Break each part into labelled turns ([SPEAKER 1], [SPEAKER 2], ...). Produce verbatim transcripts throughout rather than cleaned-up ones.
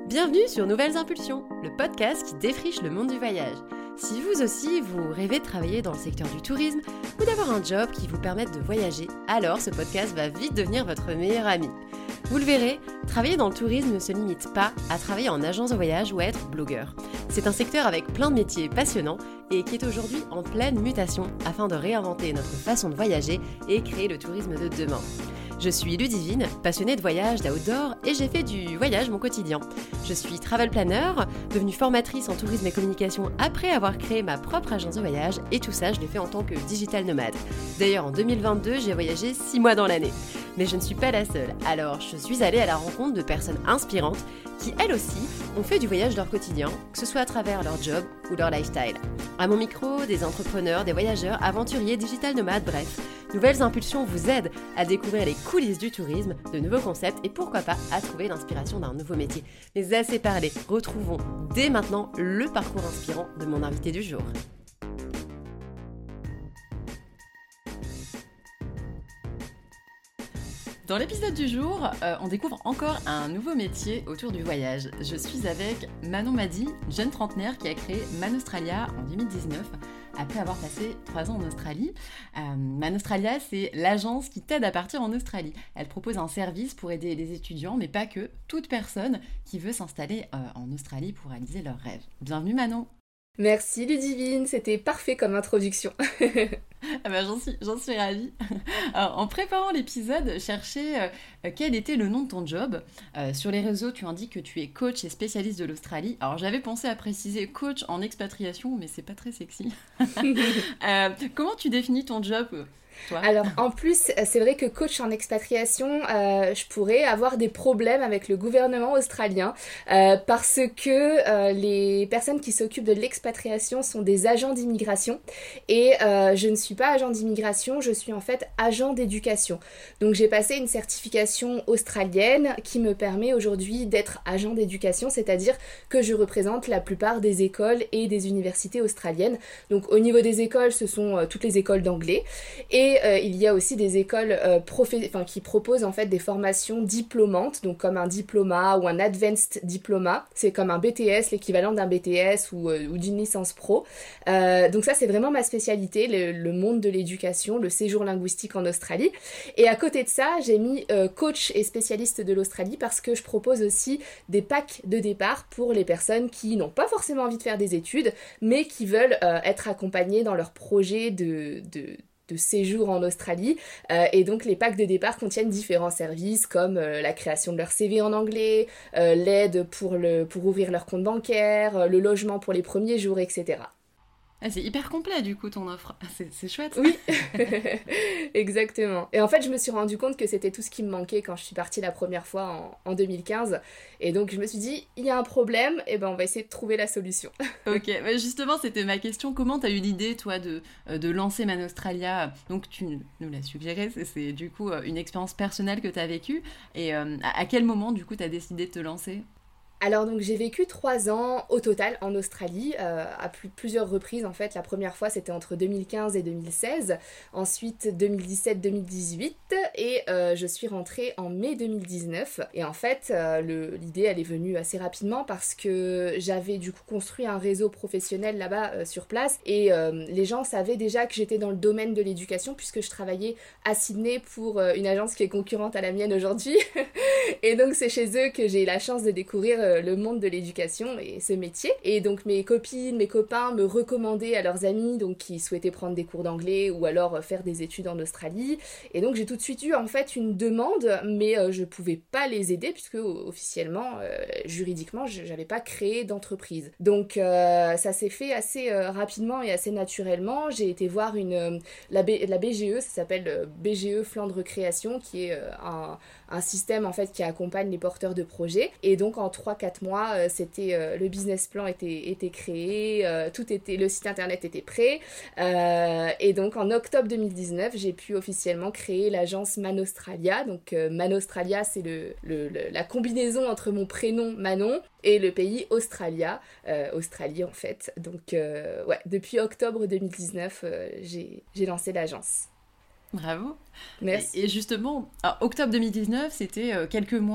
[SPEAKER 1] Bienvenue sur Nouvelles Impulsions, le podcast qui défriche le monde du voyage. Si vous aussi, vous rêvez de travailler dans le secteur du tourisme ou d'avoir un job qui vous permette de voyager, alors ce podcast va vite devenir votre meilleur ami. Vous le verrez, travailler dans le tourisme ne se limite pas à travailler en agence de voyage ou à être blogueur. C'est un secteur avec plein de métiers passionnants et qui est aujourd'hui en pleine mutation afin de réinventer notre façon de voyager et créer le tourisme de demain. Je suis Ludivine, passionnée de voyage, d'outdoor et j'ai fait du voyage mon quotidien. Je suis travel planner, devenue formatrice en tourisme et communication après avoir créé ma propre agence de voyage et tout ça je l'ai fait en tant que digital nomade. D'ailleurs en deux mille vingt-deux, j'ai voyagé six mois dans l'année. Mais je ne suis pas la seule, alors je suis allée à la rencontre de personnes inspirantes qui elles aussi ont fait du voyage leur quotidien, que ce soit à travers leur job ou leur lifestyle. À mon micro, des entrepreneurs, des voyageurs, aventuriers, digital nomades, bref. Nouvelles Impulsions vous aident à découvrir les coulisses du tourisme, de nouveaux concepts et pourquoi pas à trouver l'inspiration d'un nouveau métier. Mais assez parlé, retrouvons dès maintenant le parcours inspirant de mon invité du jour. Dans l'épisode du jour, euh, on découvre encore un nouveau métier autour du voyage. Je suis avec Manon Madi, jeune trentenaire qui a créé Manostralia en deux mille dix-neuf, après avoir passé trois ans en Australie. Euh, Manostralia, c'est l'agence qui t'aide à partir en Australie. Elle propose un service pour aider les étudiants, mais pas que, toute personne qui veut s'installer euh, en Australie pour réaliser leurs rêves. Bienvenue Manon.
[SPEAKER 2] Merci Ludivine, c'était parfait comme introduction.
[SPEAKER 1] Ah bah j'en suis, j'en suis ravie. Alors, en préparant l'épisode, je cherchais euh, quel était le nom de ton job. Euh, sur les réseaux, tu indiques que tu es coach et spécialiste de l'Australie. Alors j'avais pensé à préciser coach en expatriation, mais c'est pas très sexy. euh, comment tu définis ton job ? Toi.
[SPEAKER 2] Alors en plus, c'est vrai que coach en expatriation, euh, je pourrais avoir des problèmes avec le gouvernement australien euh, parce que euh, les personnes qui s'occupent de l'expatriation sont des agents d'immigration et euh, je ne suis pas agent d'immigration, je suis en fait agent d'éducation. Donc j'ai passé une certification australienne qui me permet aujourd'hui d'être agent d'éducation, c'est-à-dire que je représente la plupart des écoles et des universités australiennes. Donc au niveau des écoles, ce sont euh, toutes les écoles d'anglais et Et euh, il y a aussi des écoles euh, profé- enfin, qui proposent en fait des formations diplômantes, donc comme un diplôma ou un advanced diploma. C'est comme un B T S, l'équivalent d'un B T S ou, euh, ou d'une licence pro. Euh, donc ça, c'est vraiment ma spécialité, le, le monde de l'éducation, le séjour linguistique en Australie. Et à côté de ça, j'ai mis euh, coach et spécialiste de l'Australie parce que je propose aussi des packs de départ pour les personnes qui n'ont pas forcément envie de faire des études, mais qui veulent euh, être accompagnées dans leur projet de... de de séjour en Australie euh, et donc les packs de départ contiennent différents services comme euh, la création de leur C V en anglais, euh, l'aide pour, le, pour ouvrir leur compte bancaire, euh, le logement pour les premiers jours, et cetera.
[SPEAKER 1] Ah, c'est hyper complet du coup ton offre, c'est, c'est chouette.
[SPEAKER 2] Oui, exactement. Et en fait je me suis rendu compte que c'était tout ce qui me manquait quand je suis partie la première fois en, en deux mille quinze et donc je me suis dit il y a un problème, et ben on va essayer de trouver la solution.
[SPEAKER 1] Ok, bah justement c'était ma question, comment t'as eu l'idée toi de, de lancer Manostralia ? Donc tu nous l'as suggéré, c'est, c'est du coup une expérience personnelle que t'as vécue et euh, à, à quel moment du coup t'as décidé de te lancer ?
[SPEAKER 2] Alors donc j'ai vécu trois ans au total en Australie, euh, à plus, plusieurs reprises en fait. La première fois c'était entre deux mille quinze et deux mille seize, ensuite deux mille dix-sept deux mille dix-huit et euh, je suis rentrée en mai deux mille dix-neuf. Et en fait euh, le, l'idée elle est venue assez rapidement parce que j'avais du coup construit un réseau professionnel là-bas euh, sur place et euh, les gens savaient déjà que j'étais dans le domaine de l'éducation puisque je travaillais à Sydney pour euh, une agence qui est concurrente à la mienne aujourd'hui. Et donc c'est chez eux que j'ai eu la chance de découvrir le monde de l'éducation et ce métier. Et donc mes copines, mes copains me recommandaient à leurs amis donc qui souhaitaient prendre des cours d'anglais ou alors faire des études en Australie. Et donc j'ai tout de suite eu en fait une demande, mais euh, je pouvais pas les aider puisque officiellement, euh, juridiquement, je n'avais pas créé d'entreprise. Donc euh, ça s'est fait assez euh, rapidement et assez naturellement. J'ai été voir une euh, la, B, la B G E, ça s'appelle B G E Flandre Création, qui est euh, un, un système en fait qui accompagne les porteurs de projets. Et donc en trois quatre mois, euh, c'était euh, le business plan était, était créé, euh, tout était, le site internet était prêt. Euh, et donc en octobre deux mille dix-neuf, j'ai pu officiellement créer l'agence Manostralia. Donc euh, Manostralia, c'est le, le, le, la combinaison entre mon prénom Manon et le pays Australia, euh, Australie en fait. Donc euh, ouais, depuis octobre deux mille dix-neuf, euh, j'ai, j'ai lancé l'agence.
[SPEAKER 1] Bravo.
[SPEAKER 2] Merci.
[SPEAKER 1] Et, et justement, alors, octobre deux mille dix-neuf, c'était euh, quelques mois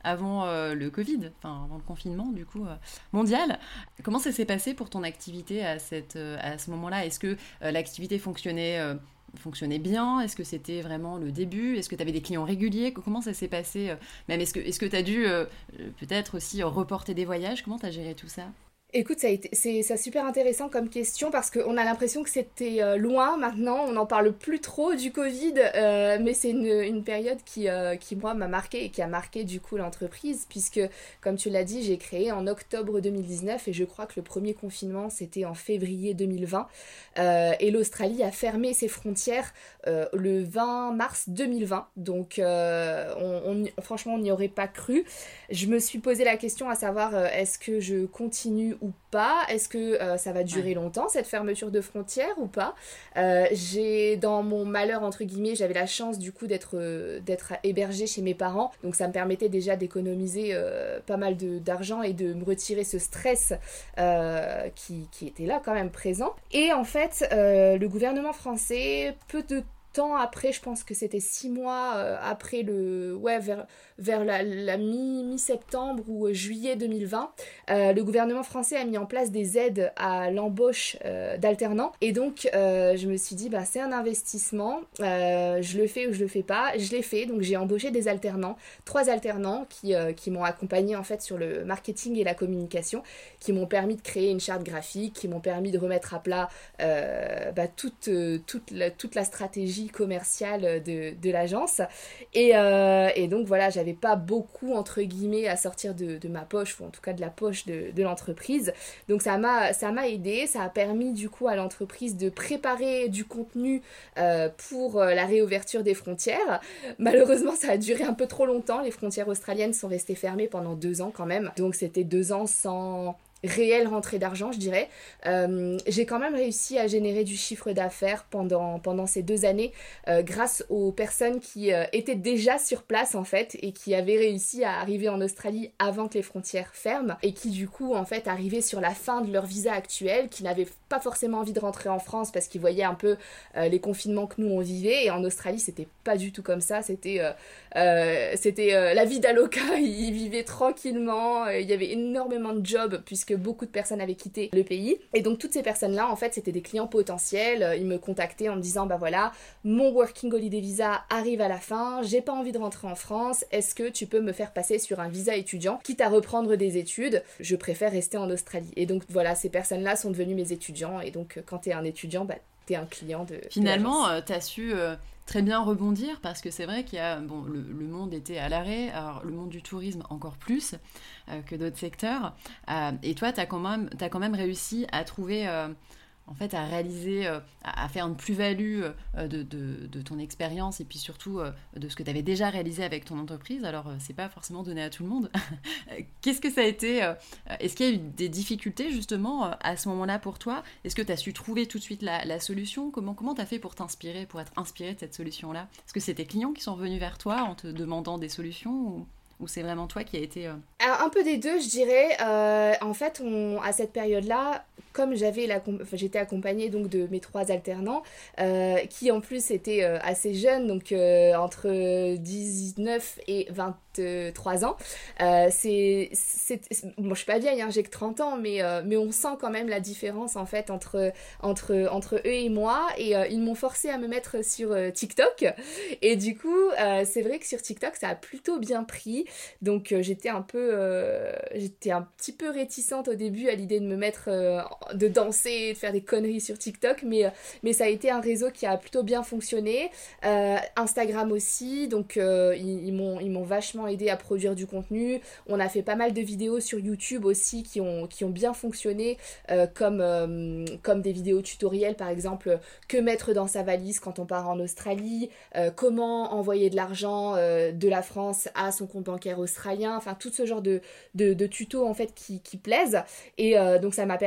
[SPEAKER 3] avant euh, le Covid, enfin avant le confinement du coup euh, mondial. Comment ça s'est passé pour ton activité à, cette, euh, à ce moment-là? Est-ce que euh, l'activité fonctionnait, euh, fonctionnait bien? Est-ce que c'était vraiment le début? Est-ce que tu avais des clients réguliers? Comment ça s'est passé? euh, Même est-ce que est-ce que tu as dû euh, peut-être aussi euh, reporter des voyages? Comment tu as géré tout ça?
[SPEAKER 2] Écoute, ça a été, c'est, c'est super intéressant comme question parce qu'on a l'impression que c'était euh, loin maintenant, on n'en parle plus trop du Covid, euh, mais c'est une, une période qui, euh, qui, moi, m'a marqué et qui a marqué du coup l'entreprise puisque, comme tu l'as dit, j'ai créé en octobre deux mille dix-neuf et je crois que le premier confinement, c'était en février deux mille vingt euh, et l'Australie a fermé ses frontières euh, le vingt mars deux mille vingt, donc euh, on, on, franchement, on n'y aurait pas cru. Je me suis posé la question à savoir, euh, est-ce que je continue ou pas? Est-ce que euh, ça va durer ouais. longtemps, cette fermeture de frontières ou pas? euh, J'ai, dans mon malheur, entre guillemets, j'avais la chance du coup d'être, euh, d'être hébergée chez mes parents. Donc ça me permettait déjà d'économiser euh, pas mal de, d'argent et de me retirer ce stress euh, qui, qui était là quand même présent. Et en fait, euh, le gouvernement français, peu de temps après, je pense que c'était six mois euh, après le... Ouais, vers, vers la, la mi, mi-septembre ou euh, juillet deux mille vingt, euh, le gouvernement français a mis en place des aides à l'embauche euh, d'alternants. Et donc, euh, je me suis dit, bah, c'est un investissement, euh, je le fais ou je le fais pas. Je l'ai fait, donc j'ai embauché des alternants, trois alternants qui, euh, qui m'ont accompagné en fait sur le marketing et la communication, qui m'ont permis de créer une charte graphique, qui m'ont permis de remettre à plat euh, bah, toute, euh, toute, la, toute la stratégie commerciale de, de l'agence et, euh, et donc voilà, j'avais pas beaucoup entre guillemets à sortir de, de ma poche ou en tout cas de la poche de, de l'entreprise, donc ça m'a, ça m'a aidé, ça a permis du coup à l'entreprise de préparer du contenu euh, pour la réouverture des frontières. Malheureusement ça a duré un peu trop longtemps, les frontières australiennes sont restées fermées pendant deux ans quand même, donc c'était deux ans sans réelle rentrée d'argent, je dirais. Euh, j'ai quand même réussi à générer du chiffre d'affaires pendant, pendant ces deux années euh, grâce aux personnes qui euh, étaient déjà sur place en fait et qui avaient réussi à arriver en Australie avant que les frontières ferment et qui du coup en fait arrivaient sur la fin de leur visa actuel, qui n'avaient pas forcément envie de rentrer en France parce qu'ils voyaient un peu euh, les confinements que nous on vivait, et en Australie c'était pas du tout comme ça, c'était, euh, euh, c'était euh, la vie d'Aloca, ils vivaient tranquillement, euh, il y avait énormément de jobs puisque beaucoup de personnes avaient quitté le pays, et donc toutes ces personnes-là en fait c'était des clients potentiels. Ils me contactaient en me disant bah voilà, mon working holiday visa arrive à la fin, j'ai pas envie de rentrer en France, est-ce que tu peux me faire passer sur un visa étudiant, quitte à reprendre des études, je préfère rester en Australie. Et donc voilà, ces personnes-là sont devenues mes étudiants, et donc quand t'es un étudiant, bah t'es un client de...
[SPEAKER 3] Finalement, euh, t'as su... Euh... très bien rebondir, parce que c'est vrai qu'il y a bon, le, le monde était à l'arrêt, alors le monde du tourisme encore plus euh, que d'autres secteurs, euh, et toi t'as quand même t'as quand même réussi à trouver euh, en fait à réaliser euh, à, à faire une plus-value euh, de, de, de ton expérience et puis surtout euh, de ce que tu avais déjà réalisé avec ton entreprise. Alors euh, c'est pas forcément donné à tout le monde. Qu'est-ce que ça a été euh, est-ce qu'il y a eu des difficultés justement euh, à ce moment-là pour toi? Est-ce que tu as su trouver tout de suite la, la solution? Comment comment tu as fait pour t'inspirer, pour être inspiré de cette solution-là? Est-ce que c'est tes clients qui sont venus vers toi en te demandant des solutions, ou ou c'est vraiment toi qui a été... Euh...
[SPEAKER 2] Alors, un peu des deux, je dirais. Euh, en fait, on, à cette période-là, comme j'avais la, enfin, j'étais accompagnée donc, de mes trois alternants, euh, qui en plus étaient euh, assez jeunes, donc euh, entre dix-neuf et vingt-trois ans. Euh, c'est, c'est, c'est, bon, je suis pas vieille, hein, j'ai que trente ans, mais, euh, mais on sent quand même la différence en fait entre, entre, entre eux et moi. Et euh, ils m'ont forcé à me mettre sur euh, TikTok. Et du coup, euh, c'est vrai que sur TikTok, ça a plutôt bien pris. Donc euh, j'étais un peu euh, j'étais un petit peu réticente au début à l'idée de me mettre euh, de danser, de faire des conneries sur TikTok, mais, euh, mais ça a été un réseau qui a plutôt bien fonctionné. euh, Instagram aussi, donc euh, ils, ils, m'ont, ils m'ont vachement aidé à produire du contenu. On a fait pas mal de vidéos sur YouTube aussi qui ont, qui ont bien fonctionné, euh, comme, euh, comme des vidéos tutoriels par exemple, que mettre dans sa valise quand on part en Australie, euh, comment envoyer de l'argent euh, de la France à son compte bancaire australien, enfin tout ce genre de, de, de tutos en fait qui, qui plaisent, et euh, donc ça m'a permis de,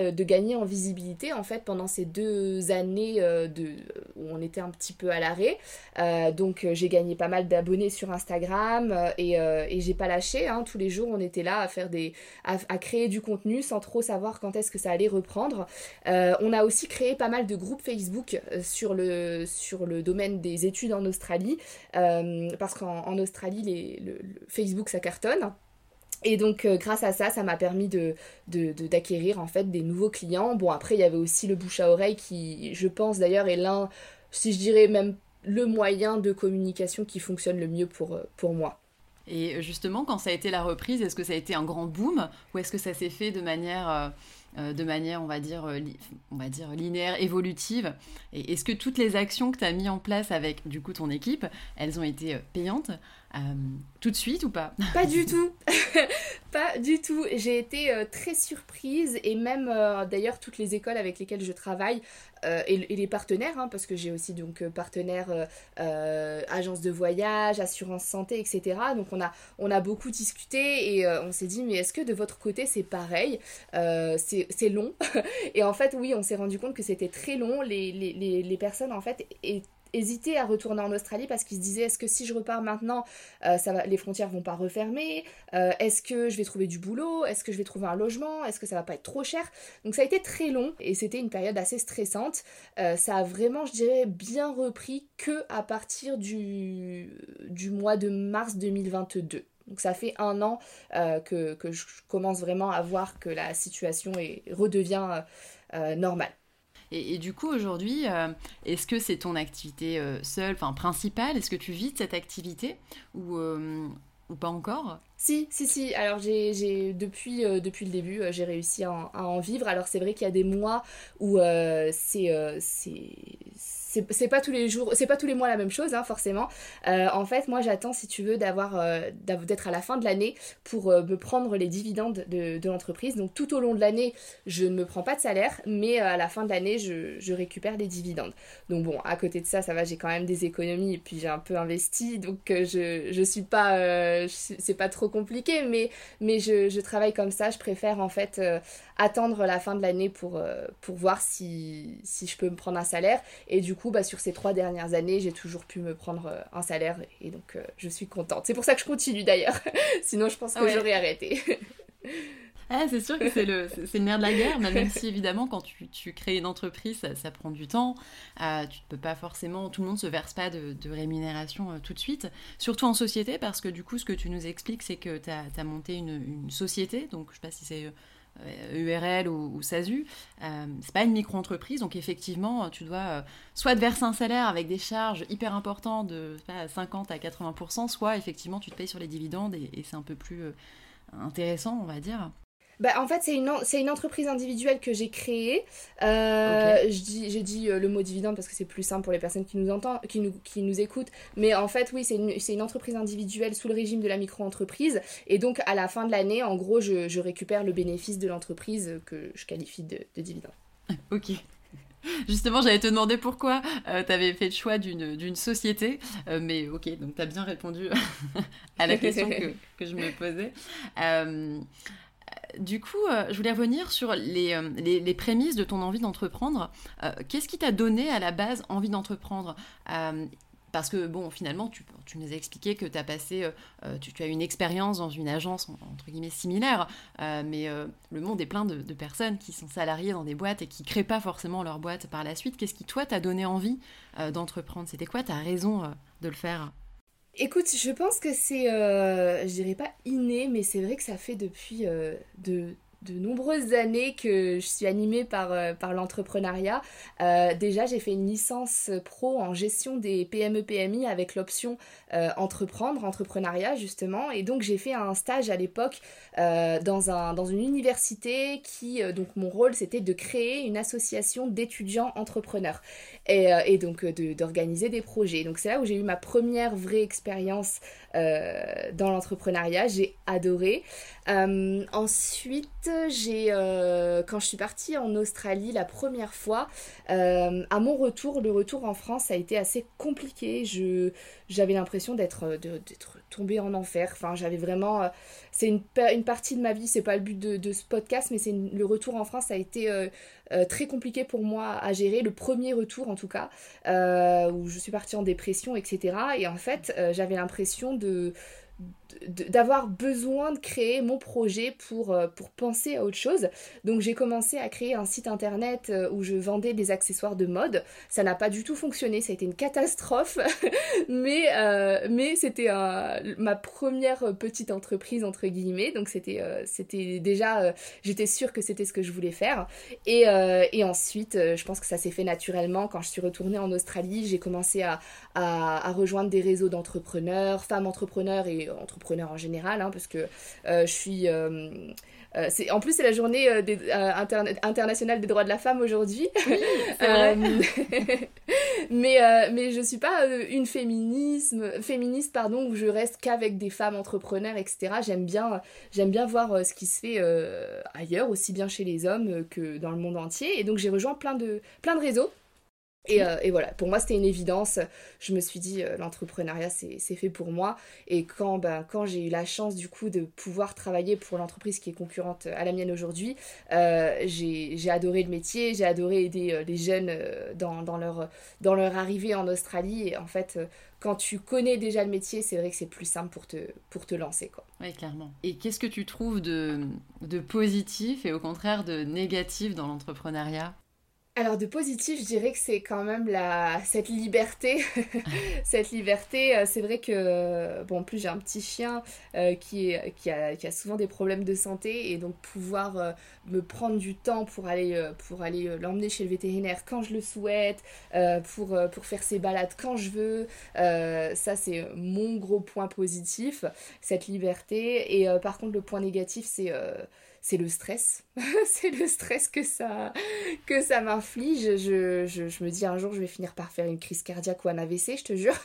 [SPEAKER 2] de, de gagner en visibilité en fait pendant ces deux années euh, de, où on était un petit peu à l'arrêt. Euh, donc euh, j'ai gagné pas mal d'abonnés sur Instagram euh, et, euh, et j'ai pas lâché, hein. Tous les jours on était là à faire des, à, à créer du contenu sans trop savoir quand est-ce que ça allait reprendre. Euh, on a aussi créé pas mal de groupes Facebook euh, sur, le, sur le domaine des études en Australie, euh, parce qu'en en Australie les, le, le Facebook ça cartonne. Et donc euh, grâce à ça, ça m'a permis de, de, de, d'acquérir en fait des nouveaux clients. Bon, après il y avait aussi le bouche à oreille qui, je pense d'ailleurs, est l'un, si je dirais même le moyen de communication qui fonctionne le mieux pour, pour moi.
[SPEAKER 3] Et justement, quand ça a été la reprise, est-ce que ça a été un grand boom ou est-ce que ça s'est fait de manière, euh, de manière on va dire, li- on va dire linéaire, évolutive? Et est-ce que toutes les actions que tu as mises en place avec du coup ton équipe, elles ont été payantes euh, tout de suite ou pas?
[SPEAKER 2] Pas du tout. Pas du tout. J'ai été euh, très surprise et même euh, d'ailleurs toutes les écoles avec lesquelles je travaille euh, et, et les partenaires, hein, parce que j'ai aussi donc euh, partenaires euh, euh, agences de voyage, assurance santé, et cetera. Donc on a, on a beaucoup discuté et euh, on s'est dit mais est-ce que de votre côté c'est pareil? euh, c'est, c'est long. Et en fait oui, on s'est rendu compte que c'était très long. Les, les, les, les personnes en fait étaient hésiter à retourner en Australie parce qu'ils se disaient est-ce que si je repars maintenant euh, ça va, les frontières vont pas refermer, euh, est-ce que je vais trouver du boulot, est-ce que je vais trouver un logement, est-ce que ça va pas être trop cher? Donc ça a été très long et c'était une période assez stressante. Euh, ça a vraiment, je dirais, bien repris que à partir du, du mois de mars deux mille vingt-deux. Donc ça fait un an euh, que, que je commence vraiment à voir que la situation est, redevient euh, euh, normale.
[SPEAKER 3] Et, et du coup, aujourd'hui, euh, est-ce que c'est ton activité euh, seule, enfin principale? Est-ce que tu vis de cette activité ou, euh, ou pas encore?
[SPEAKER 2] Si, si, si. Alors, j'ai, j'ai, depuis, euh, depuis le début, euh, j'ai réussi à en, à en vivre. Alors, c'est vrai qu'il y a des mois où euh, c'est, euh, c'est, c'est, c'est pas tous les jours, c'est pas tous les mois la même chose, hein, forcément. Euh, en fait, moi, j'attends, si tu veux, d'avoir, euh, d'av- d'être à la fin de l'année pour euh, me prendre les dividendes de, de l'entreprise. Donc, tout au long de l'année, je ne me prends pas de salaire, mais euh, à la fin de l'année, je, je récupère les dividendes. Donc, bon, à côté de ça, ça va, j'ai quand même des économies et puis j'ai un peu investi. Donc, euh, je, je suis pas, euh, je, c'est pas trop compliqué, mais, mais je, je travaille comme ça. Je préfère en fait euh, attendre la fin de l'année pour, euh, pour voir si, si je peux me prendre un salaire. Et du coup, bah, sur ces trois dernières années, j'ai toujours pu me prendre euh, un salaire et donc euh, je suis contente. C'est pour ça que je continue d'ailleurs. Sinon, je pense que
[SPEAKER 3] Ah ouais.
[SPEAKER 2] j'aurais arrêté.
[SPEAKER 3] Ah, c'est sûr que c'est le, c'est, c'est le nerf de la guerre, mais même si évidemment quand tu, tu crées une entreprise, ça, ça prend du temps, euh, tu ne peux pas forcément, tout le monde ne se verse pas de, de rémunération euh, tout de suite, surtout en société, parce que du coup ce que tu nous expliques c'est que tu as monté une, une société, donc je ne sais pas si c'est euh, U R L ou, ou S A S U, euh, c'est pas une micro-entreprise, donc effectivement tu dois euh, soit te verser un salaire avec des charges hyper importantes de pas, cinquante à quatre-vingts pour cent, soit effectivement tu te payes sur les dividendes et, et c'est un peu plus euh, intéressant on va dire.
[SPEAKER 2] Bah, en fait, c'est une, c'est une entreprise individuelle que j'ai créée. Euh,
[SPEAKER 3] Okay.
[SPEAKER 2] je dis, j'ai dit euh, le mot dividende parce que c'est plus simple pour les personnes qui nous entendent, qui nous, qui nous écoutent. Mais en fait, oui, c'est une, c'est une entreprise individuelle sous le régime de la micro-entreprise. Et donc, à la fin de l'année, en gros, je, je récupère le bénéfice de l'entreprise que je qualifie de, de dividende.
[SPEAKER 3] Ok. Justement, j'allais te demander pourquoi euh, tu avais fait le choix d'une, d'une société, euh, mais ok, donc tu as bien répondu à la question que, que je me posais. Euh, du coup, euh, je voulais revenir sur les, euh, les, les prémices de ton envie d'entreprendre. Euh, qu'est-ce qui t'a donné à la base envie d'entreprendre? euh, Parce que, bon, finalement, tu, tu nous as expliqué que t'as passé, euh, tu, tu as une expérience dans une agence, entre guillemets, similaire, euh, mais euh, le monde est plein de, de personnes qui sont salariées dans des boîtes et qui ne créent pas forcément leur boîte par la suite. Qu'est-ce qui, toi, t'a donné envie euh, d'entreprendre? C'était quoi ta raison euh, de le faire?
[SPEAKER 2] Écoute, je pense que c'est, euh, je dirais pas inné, mais c'est vrai que ça fait depuis euh, de, de nombreuses années que je suis animée par, euh, par l'entrepreneuriat. Euh, déjà, j'ai fait une licence pro en gestion des P M E P M I avec l'option euh, entreprendre, entrepreneuriat justement. Et donc, j'ai fait un stage à l'époque euh, dans, un, dans une université qui, euh, donc mon rôle, c'était de créer une association d'étudiants entrepreneurs. Et, euh, et donc euh, de, d'organiser des projets. Donc c'est là où j'ai eu ma première vraie expérience euh, dans l'entrepreneuriat. J'ai adoré. Euh, ensuite, j'ai, euh, quand je suis partie en Australie la première fois, euh, à mon retour, le retour en France a été assez compliqué. Je, j'avais l'impression d'être, de, d'être tombée en enfer. Enfin, j'avais vraiment... Euh, c'est une, une partie de ma vie, c'est pas le but de, de ce podcast, mais c'est une, le retour en France a été euh, euh, très compliqué pour moi à gérer. Le premier retour, en tout cas, euh, où je suis partie en dépression, et cetera. Et en fait, euh, j'avais l'impression de... d'avoir besoin de créer mon projet pour, pour penser à autre chose. Donc j'ai commencé à créer un site internet où je vendais des accessoires de mode. Ça n'a pas du tout fonctionné, ça a été une catastrophe, mais, euh, mais c'était euh, ma première petite entreprise entre guillemets, donc c'était, euh, c'était déjà, euh, j'étais sûre que c'était ce que je voulais faire. Et, euh, et ensuite, euh, je pense que ça s'est fait naturellement. Quand je suis retournée en Australie, j'ai commencé à, à, à rejoindre des réseaux d'entrepreneurs, femmes entrepreneurs et entrepreneurs en général, hein, parce que euh, je suis... Euh, euh, c'est, en plus, c'est la journée euh, des, euh, interna- internationale des droits de la femme aujourd'hui.
[SPEAKER 3] Oui, c'est vrai.
[SPEAKER 2] mais, euh, mais je suis pas euh, une féminisme, féministe pardon, où je reste qu'avec des femmes entrepreneurs, et cetera. J'aime bien, j'aime bien voir euh, ce qui se fait euh, ailleurs, aussi bien chez les hommes euh, que dans le monde entier. Et donc, j'ai rejoint plein de, plein de réseaux. Et, euh, et voilà, pour moi c'était une évidence, je me suis dit euh, l'entrepreneuriat c'est, c'est fait pour moi. Et quand, ben, quand j'ai eu la chance du coup de pouvoir travailler pour l'entreprise qui est concurrente à la mienne aujourd'hui, euh, j'ai, j'ai adoré le métier, j'ai adoré aider euh, les jeunes euh, dans, dans, leur, dans leur arrivée en Australie. Et en fait, euh, quand tu connais déjà le métier, c'est vrai que c'est plus simple pour te, pour te lancer, quoi.
[SPEAKER 3] Oui, clairement. Et qu'est-ce que tu trouves de, de positif et au contraire de négatif dans l'entrepreneuriat ?
[SPEAKER 2] Alors de positif, je dirais que c'est quand même la... cette liberté. Cette liberté, euh, c'est vrai que... euh, Bon, en plus j'ai un petit chien euh, qui, est, qui, a, qui a souvent des problèmes de santé. Et donc pouvoir euh, me prendre du temps pour aller, euh, pour aller euh, l'emmener chez le vétérinaire quand je le souhaite, euh, pour, euh, pour faire ses balades quand je veux. Euh, ça, c'est mon gros point positif, cette liberté. Et euh, par contre, le point négatif, c'est... Euh, c'est le stress. C'est le stress que ça, que ça m'inflige. Je, je, je me dis un jour, je vais finir par faire une crise cardiaque ou un A V C, je te jure.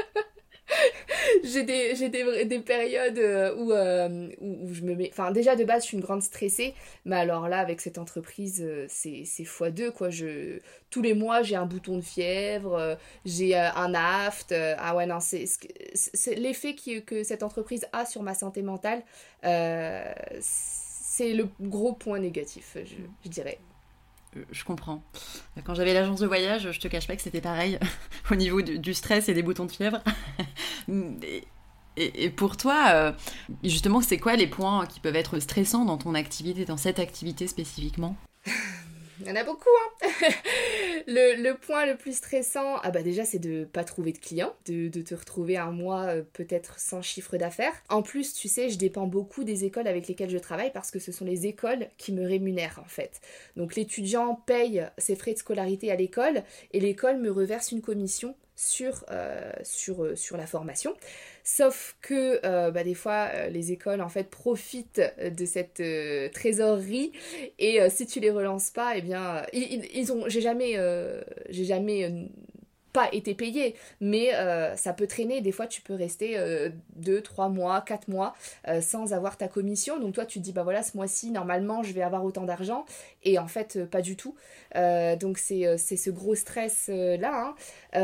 [SPEAKER 2] j'ai des, j'ai des, des périodes où, euh, où, où je me mets... Enfin, déjà, de base, je suis une grande stressée. Mais alors là, avec cette entreprise, c'est, c'est fois deux, quoi. Je... Tous les mois, j'ai un bouton de fièvre, j'ai un aft. Ah ouais, non, c'est... c'est l'effet qui, que cette entreprise a sur ma santé mentale. Euh, c'est le gros point négatif, je, je dirais.
[SPEAKER 3] Je comprends. Quand j'avais l'agence de voyage, je te cache pas que c'était pareil au niveau du, du stress et des boutons de fièvre. et, et, et pour toi, euh, justement, c'est quoi les points qui peuvent être stressants dans ton activité, dans cette activité spécifiquement ?
[SPEAKER 2] Il y en a beaucoup, hein. le, le point le plus stressant, ah bah déjà, c'est de pas trouver de clients, de, de te retrouver un mois euh, peut-être sans chiffre d'affaires. En plus, tu sais, je dépends beaucoup des écoles avec lesquelles je travaille parce que ce sont les écoles qui me rémunèrent, en fait. Donc l'étudiant paye ses frais de scolarité à l'école et l'école me reverse une commission sur, euh, sur, euh, sur la formation. Sauf que euh, bah, des fois euh, les écoles en fait profitent de cette euh, trésorerie et euh, si tu les relances pas, eh bien euh, ils, ils ont j'ai jamais euh, j'ai jamais euh, pas été payé, mais euh, ça peut traîner. Des fois, tu peux rester deux, trois mois, quatre mois euh, sans avoir ta commission. Donc toi, tu te dis, bah voilà, ce mois-ci, normalement, je vais avoir autant d'argent. Et en fait, euh, pas du tout. Euh, donc c'est, c'est ce gros stress-là. Hein.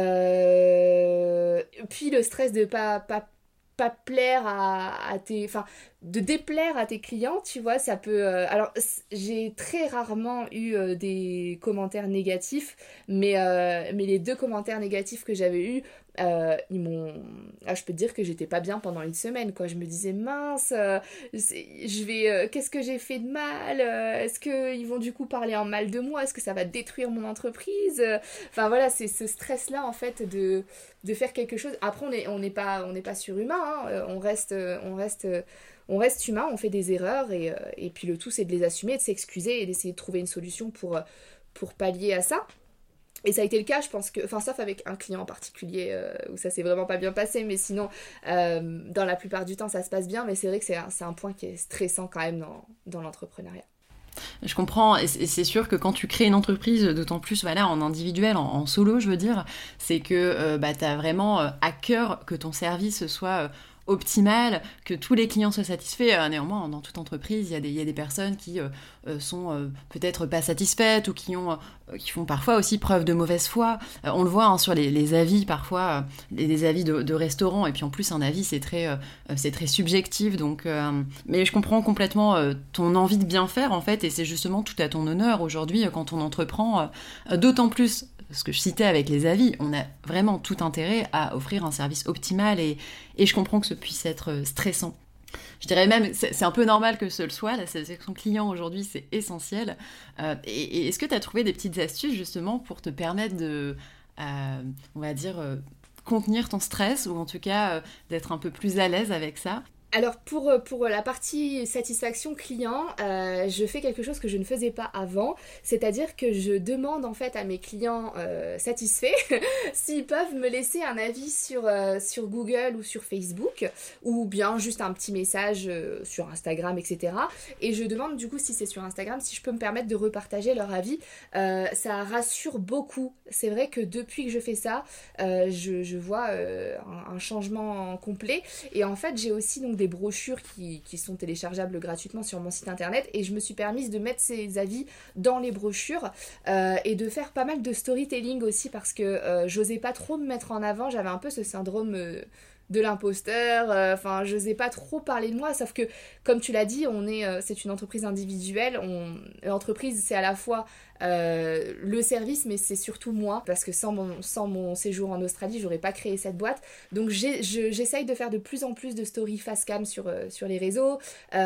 [SPEAKER 2] Euh, puis le stress de pas... pas pas plaire à, à tes... Enfin, de déplaire à tes clients, tu vois, ça peut... Euh, alors, j'ai très rarement eu euh, des commentaires négatifs, mais, euh, mais les deux commentaires négatifs que j'avais eus, euh, ils m'ont... Ah, je peux te dire que j'étais pas bien pendant une semaine, quoi. Je me disais, mince, euh, je vais... Euh, qu'est-ce que j'ai fait de mal euh, Est-ce qu'ils vont du coup parler en mal de moi ? Est-ce que ça va détruire mon entreprise ? Enfin, voilà, c'est ce stress-là, en fait, de... de faire quelque chose. Après, on n'est on n'est pas, on n'est pas surhumain, hein. on reste, on reste, on reste humain, on fait des erreurs et, et puis le tout c'est de les assumer, de s'excuser et d'essayer de trouver une solution pour, pour pallier à ça. Et ça a été le cas, je pense que, enfin sauf avec un client en particulier euh, où ça s'est vraiment pas bien passé, mais sinon euh, dans la plupart du temps ça se passe bien, mais c'est vrai que c'est un, c'est un point qui est stressant quand même dans, dans l'entrepreneuriat.
[SPEAKER 3] Je comprends, et c'est sûr que quand tu crées une entreprise, d'autant plus voilà, en individuel, en, en solo, je veux dire, c'est que euh, bah, tu as vraiment euh, à cœur que ton service soit euh, optimale, que tous les clients soient satisfaits. Euh, néanmoins, dans toute entreprise, il y a des, il y a des personnes qui euh, euh, sont euh, peut-être pas satisfaites ou qui, ont, euh, qui font parfois aussi preuve de mauvaise foi. Euh, on le voit hein, sur les, les avis, parfois, euh, les, les avis de, de restaurants. Et puis en plus, un avis, c'est très, euh, c'est très subjectif. Donc, euh, mais je comprends complètement euh, ton envie de bien faire, en fait, et c'est justement tout à ton honneur aujourd'hui euh, quand on entreprend, euh, d'autant plus ce que je citais avec les avis, on a vraiment tout intérêt à offrir un service optimal et, et je comprends que ce puisse être stressant. Je dirais même, c'est, c'est un peu normal que ce le soit, la satisfaction client aujourd'hui, c'est essentiel. Euh, et, et est-ce que tu as trouvé des petites astuces justement pour te permettre de, euh, on va dire, euh, contenir ton stress ou en tout cas euh, d'être un peu plus à l'aise avec ça ?
[SPEAKER 2] Alors pour, pour la partie satisfaction client, euh, je fais quelque chose que je ne faisais pas avant, c'est-à-dire que je demande en fait à mes clients euh, satisfaits s'ils peuvent me laisser un avis sur, euh, sur Google ou sur Facebook, ou bien juste un petit message euh, sur Instagram, et cetera. Et je demande du coup si c'est sur Instagram, si je peux me permettre de repartager leur avis. Euh, ça rassure beaucoup. C'est vrai que depuis que je fais ça, euh, je, je vois euh, un, un changement complet. Et en fait, j'ai aussi donc des brochures qui, qui sont téléchargeables gratuitement sur mon site internet et je me suis permise de mettre ces avis dans les brochures euh, et de faire pas mal de storytelling aussi parce que euh, j'osais pas trop me mettre en avant, j'avais un peu ce syndrome euh, de l'imposteur, enfin euh, j'osais pas trop parler de moi, sauf que comme tu l'as dit, on est, euh, c'est une entreprise individuelle, on, l'entreprise c'est à la fois Euh, le service mais c'est surtout moi parce que sans mon, sans mon séjour en Australie j'aurais pas créé cette boîte donc j'ai, je, j'essaye de faire de plus en plus de stories face cam sur, euh, sur les réseaux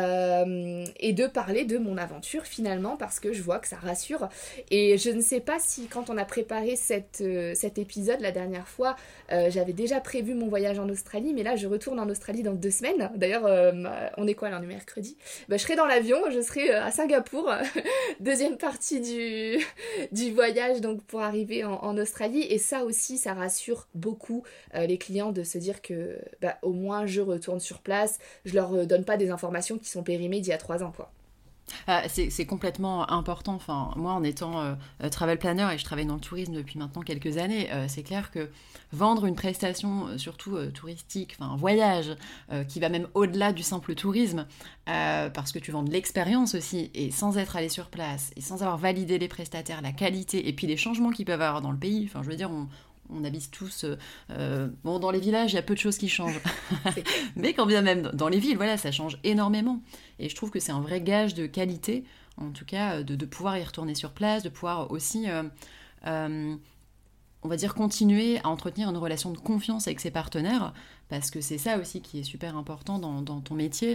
[SPEAKER 2] euh, et de parler de mon aventure finalement parce que je vois que ça rassure et je ne sais pas si quand on a préparé cette, euh, cet épisode la dernière fois euh, j'avais déjà prévu mon voyage en Australie mais là je retourne en Australie dans deux semaines d'ailleurs euh, on est quoi là on est mercredi bah, je serai dans l'avion, je serai à Singapour deuxième partie du du voyage donc pour arriver en, en Australie et ça aussi ça rassure beaucoup euh, les clients de se dire que bah, au moins je retourne sur place, je leur donne pas des informations qui sont périmées d'il y a trois ans quoi.
[SPEAKER 3] Ah, c'est, c'est complètement important. Enfin, moi, en étant euh, travel planner et je travaille dans le tourisme depuis maintenant quelques années, euh, c'est clair que vendre une prestation, euh, surtout euh, touristique, enfin un voyage, euh, qui va même au-delà du simple tourisme, euh, parce que tu vends de l'expérience aussi, et sans être allé sur place, et sans avoir validé les prestataires, la qualité, et puis les changements qu'ils peuvent avoir dans le pays. Enfin, je veux dire, on... On habite tous... Euh, bon, dans les villages, il y a peu de choses qui changent. Mais quand bien même, dans les villes, voilà, ça change énormément. Et je trouve que c'est un vrai gage de qualité, en tout cas, de, de pouvoir y retourner sur place, de pouvoir aussi, euh, euh, on va dire, continuer à entretenir une relation de confiance avec ses partenaires, parce que c'est ça aussi qui est super important dans, dans ton métier.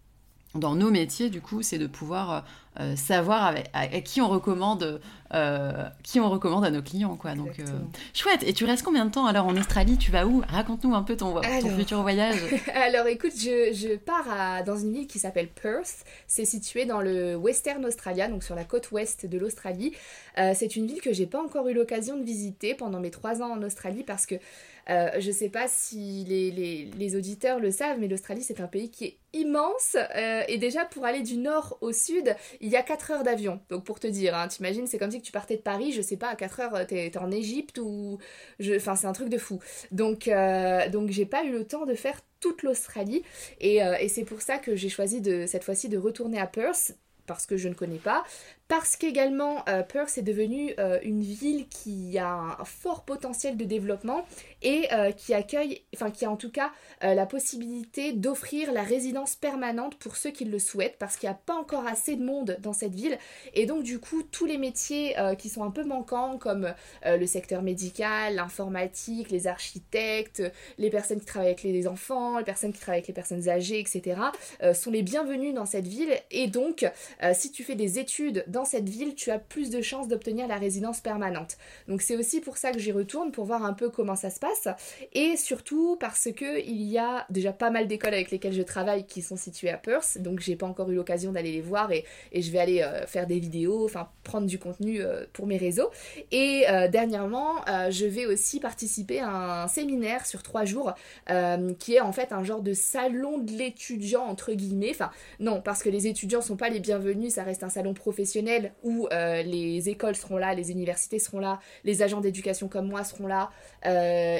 [SPEAKER 3] Dans nos métiers, du coup, c'est de pouvoir euh, savoir avec, à, à qui on recommande, euh, qui on recommande à nos clients, quoi. Donc, euh, chouette. Et tu restes combien de temps alors en Australie ? Tu vas où ? Raconte-nous un peu ton, alors, ton futur voyage.
[SPEAKER 2] Alors, écoute, je, je pars à, dans une ville qui s'appelle Perth. C'est situé dans le Western Australia, donc sur la côte ouest de l'Australie. Euh, c'est une ville que j'ai pas encore eu l'occasion de visiter pendant mes trois ans en Australie parce que Euh, je sais pas si les, les, les auditeurs le savent, mais l'Australie c'est un pays qui est immense euh, et déjà pour aller du nord au sud, il y a quatre heures d'avion. Donc pour te dire, hein, t'imagines, c'est comme si que tu partais de Paris, je sais pas, à quatre heures t'es, t'es en Égypte ou... Je... Enfin c'est un truc de fou. Donc, euh, donc j'ai pas eu le temps de faire toute l'Australie et, euh, et c'est pour ça que j'ai choisi de, cette fois-ci de retourner à Perth parce que je ne connais pas, parce qu'également euh, Perth est devenue euh, une ville qui a un fort potentiel de développement et euh, qui accueille, enfin qui a en tout cas euh, la possibilité d'offrir la résidence permanente pour ceux qui le souhaitent, parce qu'il n'y a pas encore assez de monde dans cette ville, et donc du coup tous les métiers euh, qui sont un peu manquants, comme euh, le secteur médical, l'informatique, les architectes, les personnes qui travaillent avec les enfants, les personnes qui travaillent avec les personnes âgées, et cetera, euh, sont les bienvenus dans cette ville, et donc euh, si tu fais des études dans cette ville, tu as plus de chances d'obtenir la résidence permanente. Donc c'est aussi pour ça que j'y retourne, pour voir un peu comment ça se passe, et surtout parce que il y a déjà pas mal d'écoles avec lesquelles je travaille qui sont situées à Perth, donc j'ai pas encore eu l'occasion d'aller les voir, et, et je vais aller euh, faire des vidéos, enfin prendre du contenu euh, pour mes réseaux. Et euh, dernièrement, euh, je vais aussi participer à un séminaire sur trois jours, euh, qui est en fait un genre de salon de l'étudiant, entre guillemets, enfin non, parce que les étudiants sont pas les bienvenus, ça reste un salon professionnel où euh, les écoles seront là, les universités seront là, les agents d'éducation comme moi seront là, euh,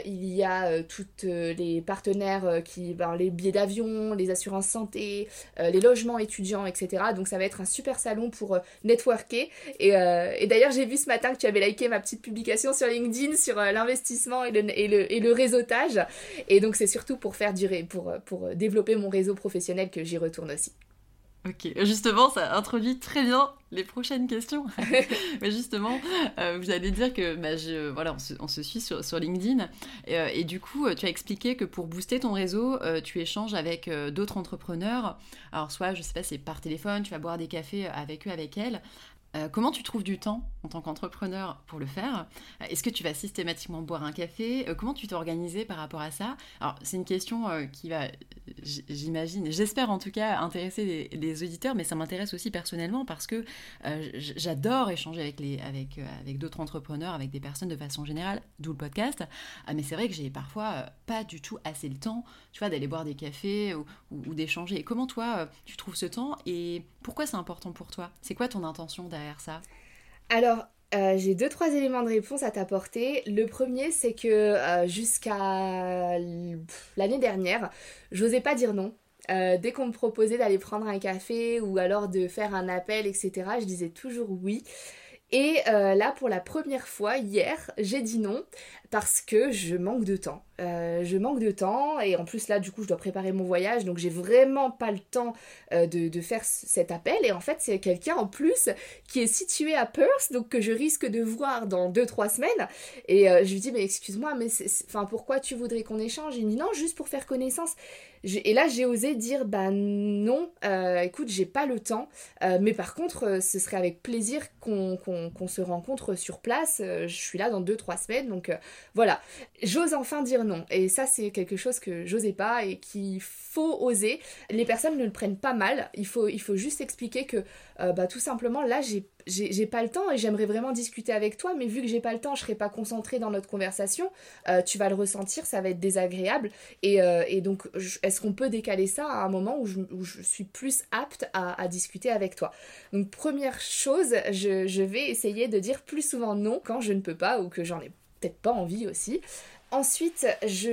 [SPEAKER 2] il y a euh, toutes euh, les partenaires euh, qui, ben, les billets d'avion, les assurances santé, euh, les logements étudiants, et cetera. Donc ça va être un super salon pour euh, networker. Et, euh, et d'ailleurs j'ai vu ce matin que tu avais liké ma petite publication sur LinkedIn sur euh, l'investissement et le, et, le, et le réseautage. Et donc c'est surtout pour faire durer, pour, pour développer mon réseau professionnel que j'y retourne aussi.
[SPEAKER 3] Ok, justement, ça introduit très bien les prochaines questions. Mais justement, euh, vous allez dire que bah, je, voilà, on, se, on se suit sur, sur LinkedIn. Et, euh, et du coup, tu as expliqué que pour booster ton réseau, euh, tu échanges avec euh, d'autres entrepreneurs. Alors, soit, je sais pas, c'est par téléphone, tu vas boire des cafés avec eux, avec elles. Euh, comment tu trouves du temps en tant qu'entrepreneur pour le faire ? Est-ce que tu vas systématiquement boire un café ? euh, Comment tu t'es organisé par rapport à ça ? Alors, c'est une question euh, qui va, j'imagine, j'espère en tout cas, intéresser les, les auditeurs, mais ça m'intéresse aussi personnellement parce que euh, j'adore échanger avec, les, avec, euh, avec d'autres entrepreneurs, avec des personnes de façon générale, d'où le podcast. Ah, mais c'est vrai que j'ai parfois euh, pas du tout assez le temps, tu vois, d'aller boire des cafés ou, ou, ou d'échanger. Et comment toi, euh, tu trouves ce temps et pourquoi c'est important pour toi ? C'est quoi ton intention derrière ça ?
[SPEAKER 2] Alors, euh, j'ai deux, trois éléments de réponse à t'apporter. Le premier, c'est que euh, jusqu'à l'année dernière, j'osais pas dire non. Euh, dès qu'on me proposait d'aller prendre un café ou alors de faire un appel, et cetera, je disais toujours oui. Et euh, là, pour la première fois, hier, j'ai dit non parce que je manque de temps. Euh, je manque de temps et en plus là, du coup, je dois préparer mon voyage, donc j'ai vraiment pas le temps euh, de, de faire c- cet appel. Et en fait, c'est quelqu'un en plus qui est situé à Perth, donc que je risque de voir dans deux trois semaines. Et euh, je lui dis, mais excuse-moi, mais c'est, c'est... Enfin, pourquoi tu voudrais qu'on échange ? Il me dit, non, juste pour faire connaissance. J'ai... Et là, j'ai osé dire, bah non, euh, écoute, j'ai pas le temps, euh, mais par contre, euh, ce serait avec plaisir qu'on, qu'on, qu'on se rencontre sur place. Euh, je suis là dans deux trois semaines, donc euh, voilà. J'ose enfin dire non. Et ça, c'est quelque chose que j'osais pas et qu'il faut oser. Les personnes ne le prennent pas mal. Il faut, il faut juste expliquer que, euh, bah, tout simplement, là, j'ai, j'ai, j'ai pas le temps et j'aimerais vraiment discuter avec toi, mais vu que j'ai pas le temps, je serai pas concentrée dans notre conversation. Euh, tu vas le ressentir, ça va être désagréable. Et, euh, et donc, je, est-ce qu'on peut décaler ça à un moment où je, où je suis plus apte à, à discuter avec toi ? Donc, première chose, je, je vais essayer de dire plus souvent non quand je ne peux pas ou que j'en ai peut-être pas envie aussi. Ensuite,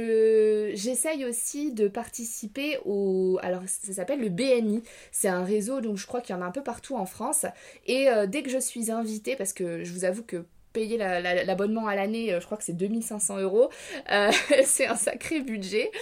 [SPEAKER 2] je, j'essaye aussi de participer au... Alors, ça s'appelle le B N I. C'est un réseau, donc je crois qu'il y en a un peu partout en France. Et euh, dès que je suis invitée, parce que je vous avoue que payer la, la, l'abonnement à l'année, je crois que c'est deux mille cinq cents euros. Euh, c'est un sacré budget.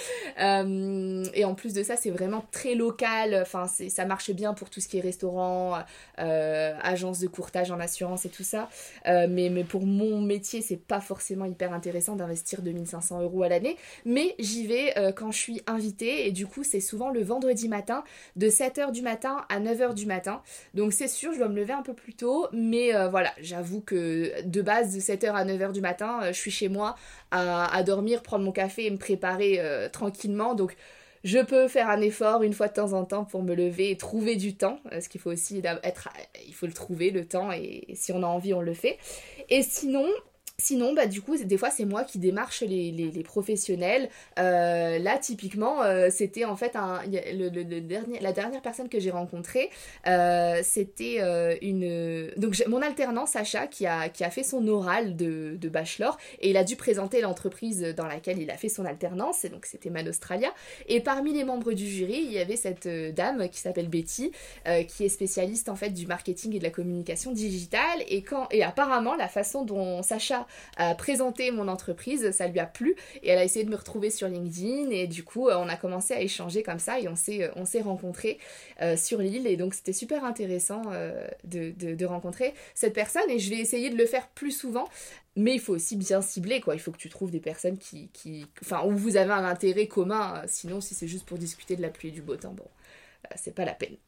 [SPEAKER 2] Euh, et en plus de ça, c'est vraiment très local. Enfin, c'est, ça marche bien pour tout ce qui est restaurant, euh, agence de courtage en assurance et tout ça. Euh, mais, mais pour mon métier, c'est pas forcément hyper intéressant d'investir deux mille cinq cents euros à l'année. Mais j'y vais euh, quand je suis invitée. Et du coup, c'est souvent le vendredi matin, de sept heures du matin à neuf heures du matin. Donc c'est sûr, je dois me lever un peu plus tôt. Mais euh, voilà, j'avoue que de base, de sept heures à neuf heures du matin, euh, je suis chez moi à, à dormir, prendre mon café et me préparer euh, tranquillement. Donc, je peux faire un effort une fois de temps en temps pour me lever et trouver du temps. Parce qu'il faut aussi être... Il faut le trouver, le temps, et si on a envie, on le fait. Et sinon... Sinon, bah, du coup, des fois, c'est moi qui démarche les, les, les professionnels. Euh, là, typiquement, euh, c'était en fait un, le, le, le dernier, la dernière personne que j'ai rencontrée, euh, c'était euh, une... Donc, j'ai, mon alternant, Sacha, qui a, qui a fait son oral de, de bachelor, et il a dû présenter l'entreprise dans laquelle il a fait son alternance, et donc c'était Man Australia. Et parmi les membres du jury, il y avait cette euh, dame qui s'appelle Betty, euh, qui est spécialiste, en fait, du marketing et de la communication digitale, et, quand, et apparemment, la façon dont Sacha a présenté mon entreprise, ça lui a plu et elle a essayé de me retrouver sur LinkedIn et du coup on a commencé à échanger comme ça et on s'est, on s'est rencontrés euh, sur l'île et donc c'était super intéressant euh, de, de, de rencontrer cette personne et je vais essayer de le faire plus souvent. Mais il faut aussi bien cibler, quoi. Il faut que tu trouves des personnes qui, qui... Enfin, où vous avez un intérêt commun. Sinon, si c'est juste pour discuter de la pluie et du beau temps, bon, euh, c'est pas la peine.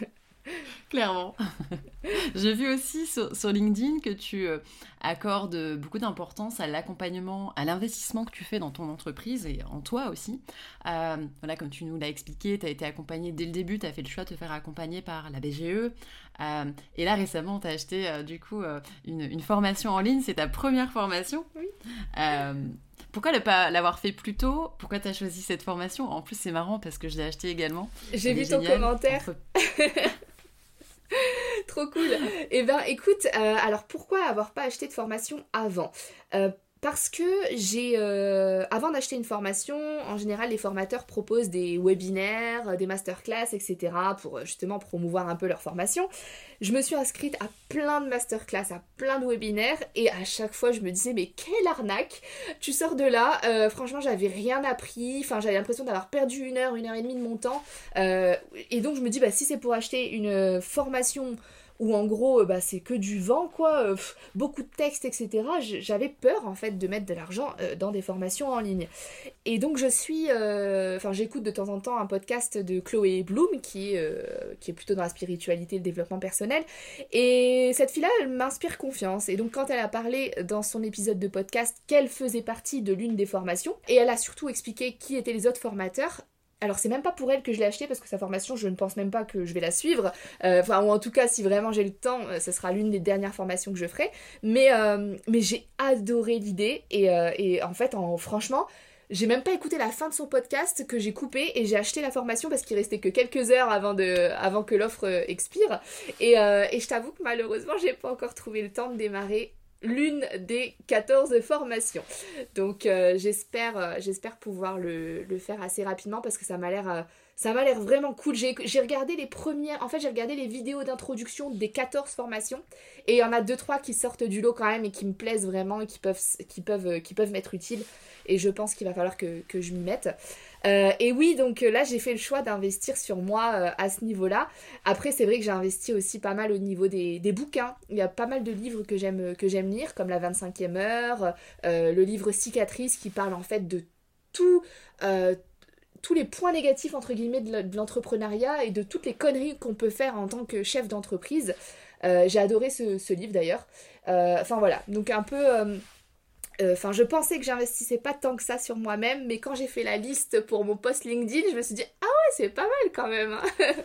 [SPEAKER 3] Clairement. J'ai vu aussi sur, sur LinkedIn que tu euh, accordes beaucoup d'importance à l'accompagnement, à l'investissement que tu fais dans ton entreprise et en toi aussi. Euh, voilà, comme tu nous l'as expliqué, tu as été accompagnée dès le début, tu as fait le choix de te faire accompagner par la B G E. Euh, et là, récemment, tu as acheté euh, du coup euh, une, une formation en ligne. C'est ta première formation.
[SPEAKER 2] Oui.
[SPEAKER 3] Euh, Pourquoi ne pas l'avoir fait plus tôt ? Pourquoi tu as choisi cette formation ? En plus, c'est marrant parce que je l'ai acheté également.
[SPEAKER 2] J'ai
[SPEAKER 3] Elle
[SPEAKER 2] vu
[SPEAKER 3] est
[SPEAKER 2] ton
[SPEAKER 3] géniale.
[SPEAKER 2] commentaire.
[SPEAKER 3] Entre...
[SPEAKER 2] Trop cool. Eh ben, écoute, euh, alors pourquoi avoir pas acheté de formation avant ? euh, Parce que j'ai, euh, avant d'acheter une formation, en général les formateurs proposent des webinaires, des masterclass, et cetera pour justement promouvoir un peu leur formation. Je me suis inscrite à plein de masterclass, à plein de webinaires et à chaque fois je me disais mais quelle arnaque! Tu sors de là, euh, franchement j'avais rien appris, enfin j'avais l'impression d'avoir perdu une heure, une heure et demie de mon temps euh, et donc je me dis bah si c'est pour acheter une formation où en gros bah, c'est que du vent quoi, euh, pff, beaucoup de textes et cetera. J'avais peur en fait de mettre de l'argent euh, dans des formations en ligne. Et donc je suis, enfin euh, j'écoute de temps en temps un podcast de Chloé Bloom qui est, euh, qui est plutôt dans la spiritualité et le développement personnel. Et cette fille-là elle m'inspire confiance. Et donc quand elle a parlé dans son épisode de podcast qu'elle faisait partie de l'une des formations, et elle a surtout expliqué qui étaient les autres formateurs. Alors c'est même pas pour elle que je l'ai acheté parce que sa formation je ne pense même pas que je vais la suivre, euh, enfin ou en tout cas si vraiment j'ai le temps euh, ce sera l'une des dernières formations que je ferai, mais, euh, mais j'ai adoré l'idée et, euh, et en fait en, franchement j'ai même pas écouté la fin de son podcast que j'ai coupé et j'ai acheté la formation parce qu'il restait que quelques heures avant, de, avant que l'offre expire et, euh, et je t'avoue que malheureusement j'ai pas encore trouvé le temps de démarrer l'une des quatorze formations. Donc euh, j'espère, euh, j'espère pouvoir le, le faire assez rapidement parce que ça m'a l'air, euh, ça m'a l'air vraiment cool. J'ai, j'ai regardé les premières, en fait j'ai regardé les vidéos d'introduction des quatorze formations et il y en a deux trois qui sortent du lot quand même et qui me plaisent vraiment et qui peuvent, qui peuvent, qui peuvent m'être utiles et je pense qu'il va falloir que, que je m'y mette. Euh, et oui, donc là j'ai fait le choix d'investir sur moi euh, à ce niveau-là. Après c'est vrai que j'ai investi aussi pas mal au niveau des, des bouquins. Il y a pas mal de livres que j'aime, que j'aime lire, comme la vingt-cinquième heure, euh, le livre Cicatrice qui parle en fait de tout, euh, tous les points négatifs entre guillemets de l'entrepreneuriat et de toutes les conneries qu'on peut faire en tant que chef d'entreprise. Euh, j'ai adoré ce, ce livre d'ailleurs. Euh, enfin voilà, donc un peu... Euh, Enfin, euh, je pensais que j'investissais pas tant que ça sur moi-même, mais quand j'ai fait la liste pour mon post LinkedIn, je me suis dit ah ouais, c'est pas mal quand même.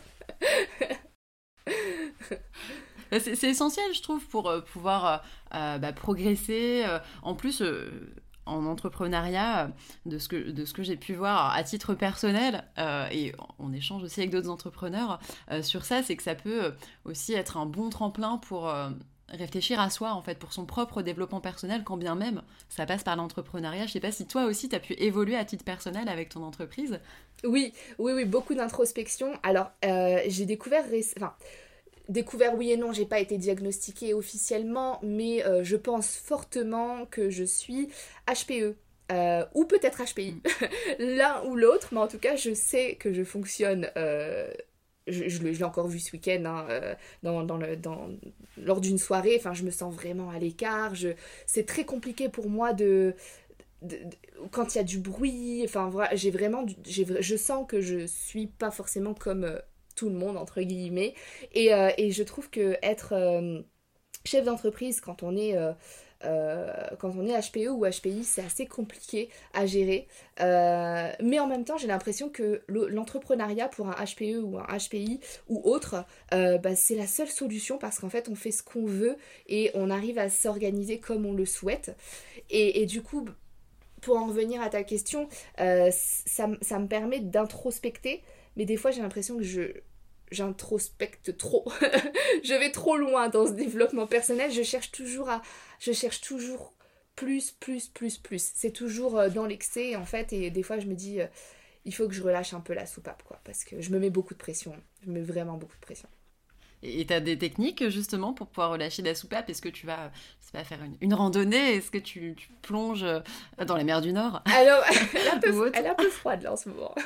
[SPEAKER 3] c'est, c'est essentiel, je trouve, pour euh, pouvoir euh, bah, progresser. Euh, en plus, euh, en entrepreneuriat, de ce que, de ce que j'ai pu voir à titre personnel, euh, et on échange aussi avec d'autres entrepreneurs euh, sur ça, c'est que ça peut aussi être un bon tremplin pour... Euh, réfléchir à soi, en fait, pour son propre développement personnel, quand bien même ça passe par l'entrepreneuriat. Je sais pas si toi aussi, tu as pu évoluer à titre personnel avec ton entreprise.
[SPEAKER 2] Oui, oui, oui, beaucoup d'introspection. Alors, euh, j'ai découvert... Enfin, découvert oui et non, j'ai pas été diagnostiquée officiellement, mais euh, je pense fortement que je suis H P E. Euh, ou peut-être H P I. L'un ou l'autre, mais en tout cas, je sais que je fonctionne... Euh, Je, je, je l'ai encore vu ce week-end hein, euh, dans, dans le, dans, lors d'une soirée, enfin je me sens vraiment à l'écart, je, c'est très compliqué pour moi de, de, de quand il y a du bruit, enfin voilà, j'ai vraiment, j'ai, je sens que je suis pas forcément comme euh, tout le monde entre guillemets, et, euh, et je trouve que être euh, chef d'entreprise quand on est... Euh, Euh, quand on est H P E ou H P I, c'est assez compliqué à gérer. Euh, mais en même temps, j'ai l'impression que l'entrepreneuriat pour un H P E ou un H P I ou autre, euh, bah, c'est la seule solution parce qu'en fait, on fait ce qu'on veut et on arrive à s'organiser comme on le souhaite. Et, et du coup, pour en revenir à ta question, euh, ça, ça me permet d'introspecter, mais des fois, j'ai l'impression que je... j'introspecte trop. Je vais trop loin dans ce développement personnel. Je cherche toujours à... Je cherche toujours plus, plus, plus, plus. C'est toujours dans l'excès, en fait. Et des fois, je me dis, euh, il faut que je relâche un peu la soupape, quoi. Parce que je me mets beaucoup de pression. Je me mets vraiment beaucoup de pression.
[SPEAKER 3] Et tu as des techniques, justement, pour pouvoir relâcher la soupape? Est-ce que tu vas, je sais pas, faire une, une randonnée? Est-ce que tu, tu plonges dans la mer du Nord?
[SPEAKER 2] Alors, elle est un peu, elle est un peu froide, là, en ce moment.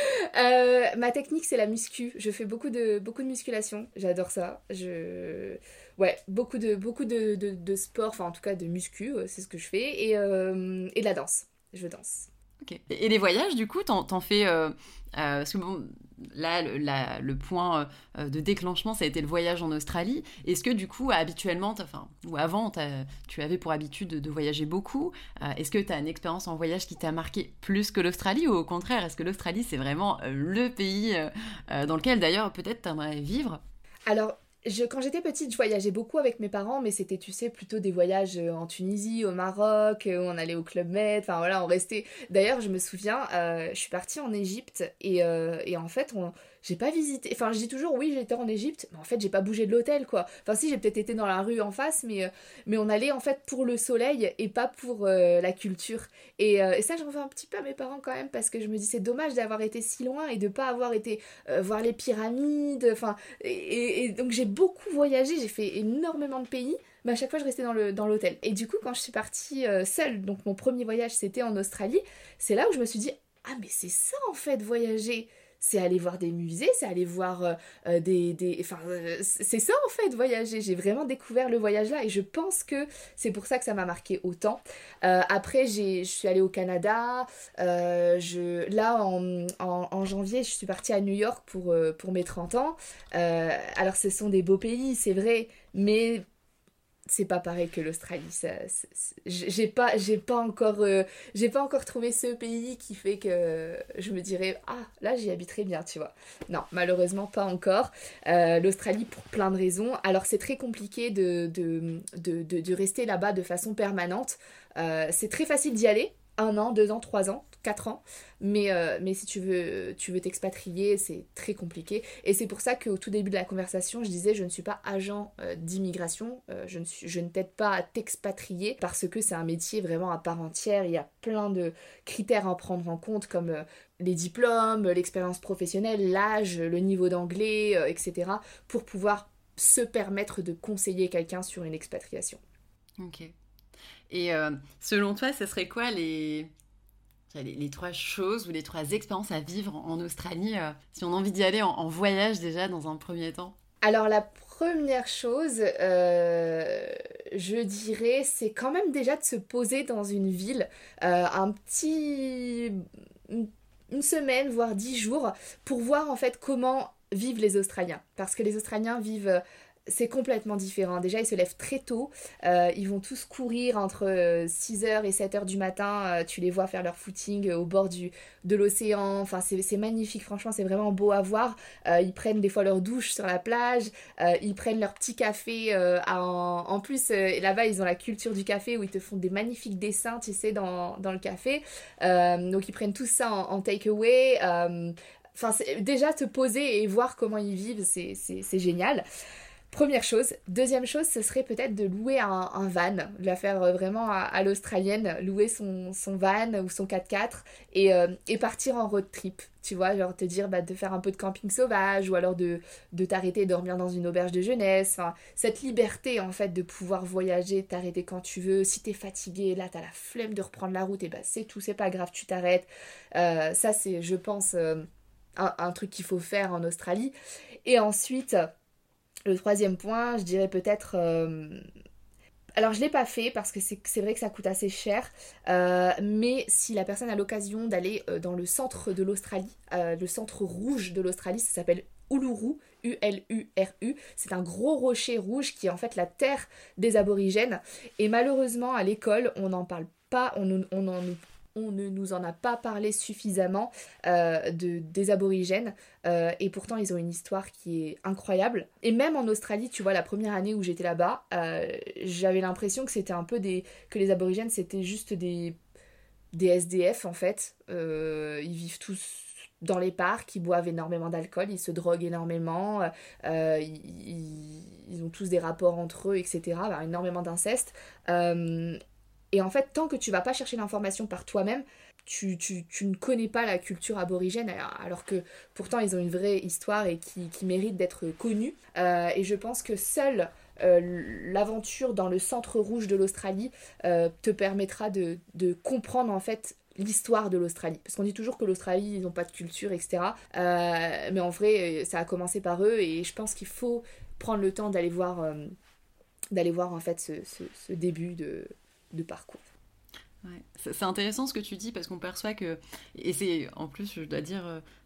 [SPEAKER 2] euh, ma technique, c'est la muscu. Je fais beaucoup de, beaucoup de musculation. J'adore ça. Je... Ouais, beaucoup de, beaucoup de, de, de sport, enfin, en tout cas, de muscu, c'est ce que je fais. Et, euh, et de la danse. Je danse.
[SPEAKER 3] Ok. Et les voyages, du coup, t'en, t'en fais... Euh, euh, parce que bon, là, le, la, le point euh, de déclenchement, ça a été le voyage en Australie. Est-ce que, du coup, habituellement, enfin, ou avant, tu avais pour habitude de, de voyager beaucoup? euh, Est-ce que tu as une expérience en voyage qui t'a marqué plus que l'Australie? Ou au contraire, est-ce que l'Australie, c'est vraiment euh, le pays euh, dans lequel, d'ailleurs, peut-être, tu aimerais vivre?
[SPEAKER 2] Alors, je, quand j'étais petite, je voyageais beaucoup avec mes parents, mais c'était, tu sais, plutôt des voyages en Tunisie, au Maroc, où on allait au Club Med, enfin voilà, on restait... D'ailleurs, je me souviens, euh, je suis partie en Égypte, et, euh, et en fait, on... j'ai pas visité... Enfin, je dis toujours, oui, j'étais en Égypte, mais en fait, j'ai pas bougé de l'hôtel, quoi. Enfin, si, j'ai peut-être été dans la rue en face, mais, euh, mais on allait, en fait, pour le soleil, et pas pour euh, la culture. Et, euh, et ça, j'en veux un petit peu à mes parents, quand même, parce que je me dis, c'est dommage d'avoir été si loin, et de pas avoir été euh, voir les pyramides, enfin... Et, et, et donc, j'ai beaucoup voyagé, j'ai fait énormément de pays, mais à chaque fois je restais dans le dans l'hôtel. Et du coup, quand je suis partie euh, seule, donc mon premier voyage c'était en Australie, c'est là où je me suis dit ah mais c'est ça en fait voyager. C'est aller voir des musées, c'est aller voir euh, euh, des... des enfin, euh, c'est ça en fait, voyager. J'ai vraiment découvert le voyage là et je pense que c'est pour ça que ça m'a marqué autant. Euh, après, j'ai, je suis allée au Canada. Euh, je, là, en, en, en janvier, je suis partie à New York pour, euh, pour mes trente ans. Euh, alors, ce sont des beaux pays, c'est vrai, mais... c'est pas pareil que l'Australie. Ça, c'est, c'est, j'ai pas, j'ai pas encore, euh, j'ai pas encore trouvé ce pays qui fait que je me dirais ah là j'y habiterais bien, tu vois. Non, malheureusement pas encore. Euh, L'Australie pour plein de raisons. Alors c'est très compliqué de de de de, de rester là-bas de façon permanente. Euh, c'est très facile d'y aller. Un an, deux ans, trois ans, quatre ans. Mais, euh, mais si tu veux, tu veux t'expatrier, c'est très compliqué. Et c'est pour ça qu'au tout début de la conversation, je disais je ne suis pas agent euh, d'immigration. Euh, je, ne suis, je ne t'aide pas à t'expatrier parce que c'est un métier vraiment à part entière. Il y a plein de critères à en prendre en compte comme euh, les diplômes, l'expérience professionnelle, l'âge, le niveau d'anglais, euh, et cetera pour pouvoir se permettre de conseiller quelqu'un sur une expatriation.
[SPEAKER 3] Ok. Et euh, selon toi, ce serait quoi les... Les, les trois choses ou les trois expériences à vivre en Australie euh, si on a envie d'y aller en, en voyage déjà dans un premier temps?
[SPEAKER 2] Alors la première chose, euh, je dirais, c'est quand même déjà de se poser dans une ville euh, un petit... Une, une semaine, voire dix jours, pour voir en fait comment vivent les Australiens. Parce que les Australiens vivent... C'est complètement différent. Déjà, ils se lèvent très tôt. Euh, ils vont tous courir entre euh, six heures et sept heures du matin. Euh, tu les vois faire leur footing euh, au bord du, de l'océan. Enfin, c'est, c'est magnifique. Franchement, c'est vraiment beau à voir. Euh, ils prennent des fois leur douche sur la plage. Euh, ils prennent leur petit café. Euh, en, en plus, euh, là-bas, ils ont la culture du café où ils te font des magnifiques dessins, tu sais, dans, dans le café. Euh, donc, ils prennent tout ça en, en take-away. Euh, Enfin, déjà, te poser et voir comment ils vivent, c'est, c'est, c'est génial. Première chose. Deuxième chose, ce serait peut-être de louer un, un van, de la faire vraiment à, à l'australienne, louer son, son van ou son quatre-quatre et, euh, et partir en road trip, tu vois, genre te dire bah, de faire un peu de camping sauvage ou alors de, de t'arrêter et dormir dans une auberge de jeunesse, enfin, cette liberté en fait de pouvoir voyager, t'arrêter quand tu veux, si t'es fatigué, là t'as la flemme de reprendre la route, et bah c'est tout, c'est pas grave, tu t'arrêtes, euh, ça c'est je pense euh, un, un truc qu'il faut faire en Australie. Et ensuite... Le troisième point, je dirais peut-être... Euh... Alors, je ne l'ai pas fait parce que c'est, c'est vrai que ça coûte assez cher. Euh, mais si la personne a l'occasion d'aller euh, dans le centre de l'Australie, euh, le centre rouge de l'Australie, ça s'appelle Uluru, U L U R U. C'est un gros rocher rouge qui est en fait la terre des aborigènes. Et malheureusement, à l'école, on n'en parle pas, on, on en... on ne nous en a pas parlé suffisamment euh, de, des aborigènes euh, et pourtant ils ont une histoire qui est incroyable. Et même en Australie, tu vois, la première année où j'étais là-bas, euh, j'avais l'impression que c'était un peu des... que les aborigènes c'était juste des, des S D F en fait. Euh, ils vivent tous dans les parcs, ils boivent énormément d'alcool, ils se droguent énormément, euh, ils, ils ont tous des rapports entre eux, et cetera. Ben, énormément d'inceste. Euh, Et en fait, tant que tu vas pas chercher l'information par toi-même, tu, tu, tu ne connais pas la culture aborigène, alors que pourtant ils ont une vraie histoire et qui, qui mérite d'être connue. Euh, et je pense que seule euh, l'aventure dans le centre rouge de l'Australie euh, te permettra de, de comprendre en fait l'histoire de l'Australie. Parce qu'on dit toujours que l'Australie, ils n'ont pas de culture, et cetera. Euh, mais en vrai, ça a commencé par eux et je pense qu'il faut prendre le temps d'aller voir, euh, d'aller voir en fait ce, ce, ce début de... de parcours.
[SPEAKER 3] Ouais. C'est intéressant ce que tu dis parce qu'on perçoit que, et c'est en plus je dois dire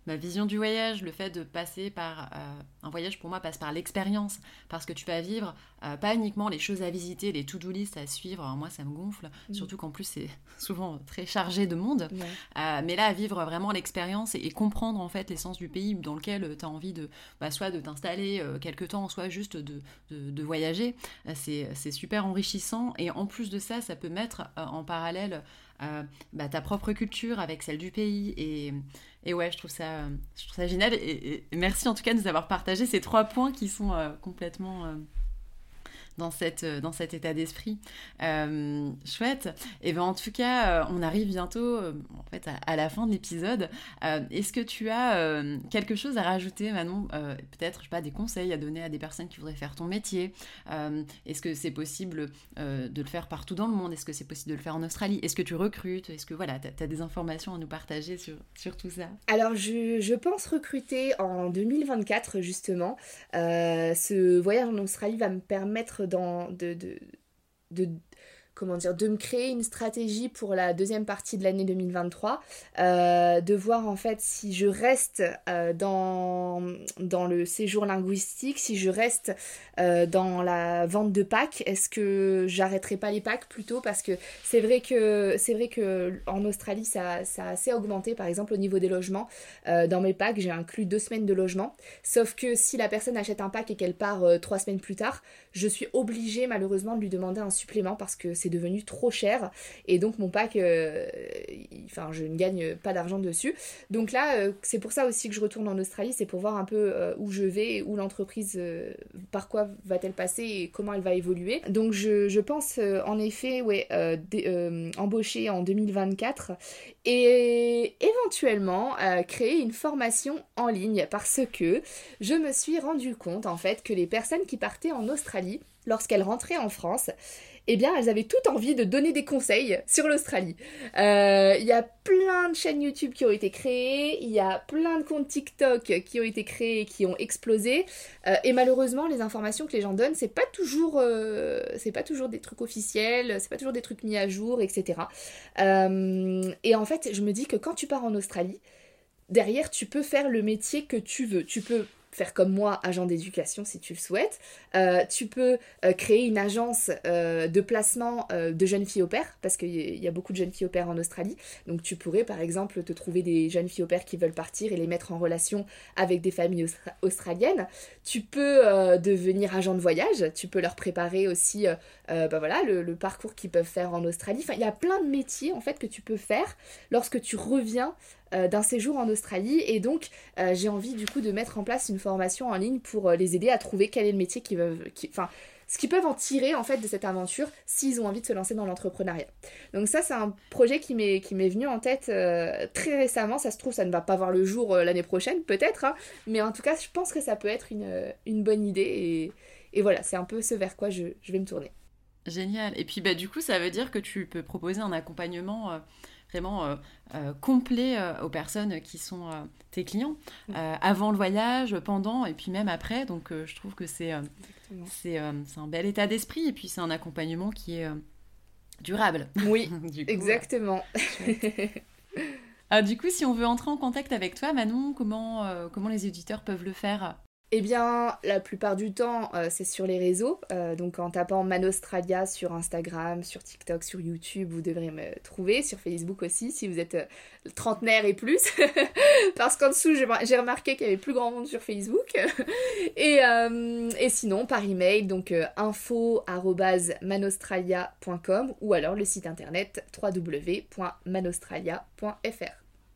[SPEAKER 3] ma vision du voyage, le fait de passer par... Euh, un voyage pour moi passe par l'expérience, parce que tu vas vivre euh, pas uniquement les choses à visiter, les to-do list à suivre, alors moi ça me gonfle, mmh. surtout qu'en plus c'est souvent très chargé de monde, ouais. euh, mais là, vivre vraiment l'expérience et, et comprendre en fait l'essence du pays dans lequel tu as envie de, bah, soit de t'installer euh, quelque temps, soit juste de, de, de voyager, euh, c'est, c'est super enrichissant, et en plus de ça, ça peut mettre euh, en parallèle euh, bah, ta propre culture avec celle du pays, et... Et ouais, je trouve ça, je trouve ça génial. Et, et merci en tout cas de nous avoir partagé ces trois points qui sont euh, complètement euh, dans, cette, dans cet état d'esprit. Euh, chouette. Et ben en tout cas, euh, on arrive bientôt euh, en fait, à, à la fin de l'épisode. Euh, est-ce que tu as euh, quelque chose à rajouter, Manon, euh, peut-être, je sais pas, des conseils à donner à des personnes qui voudraient faire ton métier? euh, Est-ce que c'est possible euh, de le faire partout dans le monde? Est-ce que c'est possible de le faire en Australie? Est-ce que tu recrutes? Est-ce que voilà, tu as des informations à nous partager sur, sur tout ça?
[SPEAKER 2] Alors, je, je pense recruter en deux mille vingt-quatre, justement. Euh, ce voyage en Australie va me permettre dans, de, de, de, comment dire, de me créer une stratégie pour la deuxième partie de l'année deux mille vingt-trois, euh, de voir en fait si je reste euh, dans, dans le séjour linguistique, si je reste euh, dans la vente de packs, est-ce que j'arrêterai pas les packs plutôt, parce que c'est vrai que c'est vrai que en Australie ça, ça a assez augmenté, par exemple au niveau des logements. Euh, dans mes packs j'ai inclus deux semaines de logement, sauf que si la personne achète un pack et qu'elle part euh, trois semaines plus tard, je suis obligée malheureusement de lui demander un supplément parce que c'est devenu trop cher, et donc mon pack euh, enfin je ne gagne pas d'argent dessus. Donc là euh, c'est pour ça aussi que je retourne en Australie, c'est pour voir un peu euh, où je vais, où l'entreprise euh, par quoi va-t-elle passer et comment elle va évoluer. Donc je, je pense euh, en effet ouais, euh, d- euh, embaucher en deux mille vingt-quatre et éventuellement euh, créer une formation en ligne, parce que je me suis rendu compte en fait que les personnes qui partaient en Australie, lorsqu'elles rentraient en France, eh bien, elles avaient toutes envie de donner des conseils sur l'Australie. Il euh, y a plein de chaînes YouTube qui ont été créées, il y a plein de comptes TikTok qui ont été créés et qui ont explosé, euh, et malheureusement, les informations que les gens donnent, c'est pas toujours, euh, c'est pas toujours des trucs officiels, c'est pas toujours des trucs mis à jour, et cetera. Euh, et en fait, je me dis que quand tu pars en Australie, derrière, tu peux faire le métier que tu veux. Tu peux faire comme moi, agent d'éducation si tu le souhaites. Euh, tu peux euh, créer une agence euh, de placement euh, de jeunes filles au pair, parce qu'il y, y a beaucoup de jeunes filles au pair en Australie. Donc tu pourrais par exemple te trouver des jeunes filles au pair qui veulent partir et les mettre en relation avec des familles austra- australiennes. Tu peux euh, devenir agent de voyage, tu peux leur préparer aussi euh, euh, bah voilà, le, le parcours qu'ils peuvent faire en Australie. Enfin, il y a plein de métiers en fait que tu peux faire lorsque tu reviens euh, d'un séjour en Australie, et donc euh, j'ai envie du coup de mettre en place une formation en ligne pour euh, les aider à trouver quel est le métier qu'ils veulent, qui, enfin, ce qu'ils peuvent en tirer en fait de cette aventure s'ils ont envie de se lancer dans l'entrepreneuriat. Donc ça c'est un projet qui m'est, qui m'est venu en tête euh, très récemment. Ça se trouve ça ne va pas voir le jour euh, l'année prochaine peut-être, hein, mais en tout cas je pense que ça peut être une, une bonne idée, et, et voilà, c'est un peu ce vers quoi je, je vais me tourner.
[SPEAKER 3] Génial. Et puis bah, du coup ça veut dire que tu peux proposer un accompagnement euh, vraiment euh, euh, complet euh, aux personnes qui sont euh, tes clients, euh, avant le voyage, pendant et puis même après. Donc euh, je trouve que c'est, euh, c'est, euh, c'est un bel état d'esprit, et puis c'est un accompagnement qui est euh, durable.
[SPEAKER 2] Oui,
[SPEAKER 3] du coup,
[SPEAKER 2] exactement.
[SPEAKER 3] Euh, ah, du coup, si on veut entrer en contact avec toi, Manon, comment, euh, comment les éditeurs peuvent le faire ?
[SPEAKER 2] Eh bien, la plupart du temps, euh, c'est sur les réseaux. Euh, donc, en tapant Manostralia sur Instagram, sur TikTok, sur YouTube, vous devrez me trouver. Sur Facebook aussi, si vous êtes euh, trentenaire et plus. Parce qu'en dessous, j'ai, j'ai remarqué qu'il y avait plus grand monde sur Facebook. et, euh, et sinon, par email, donc euh, info arobase manostralia point com, ou alors le site internet w w w point manostralia point f r.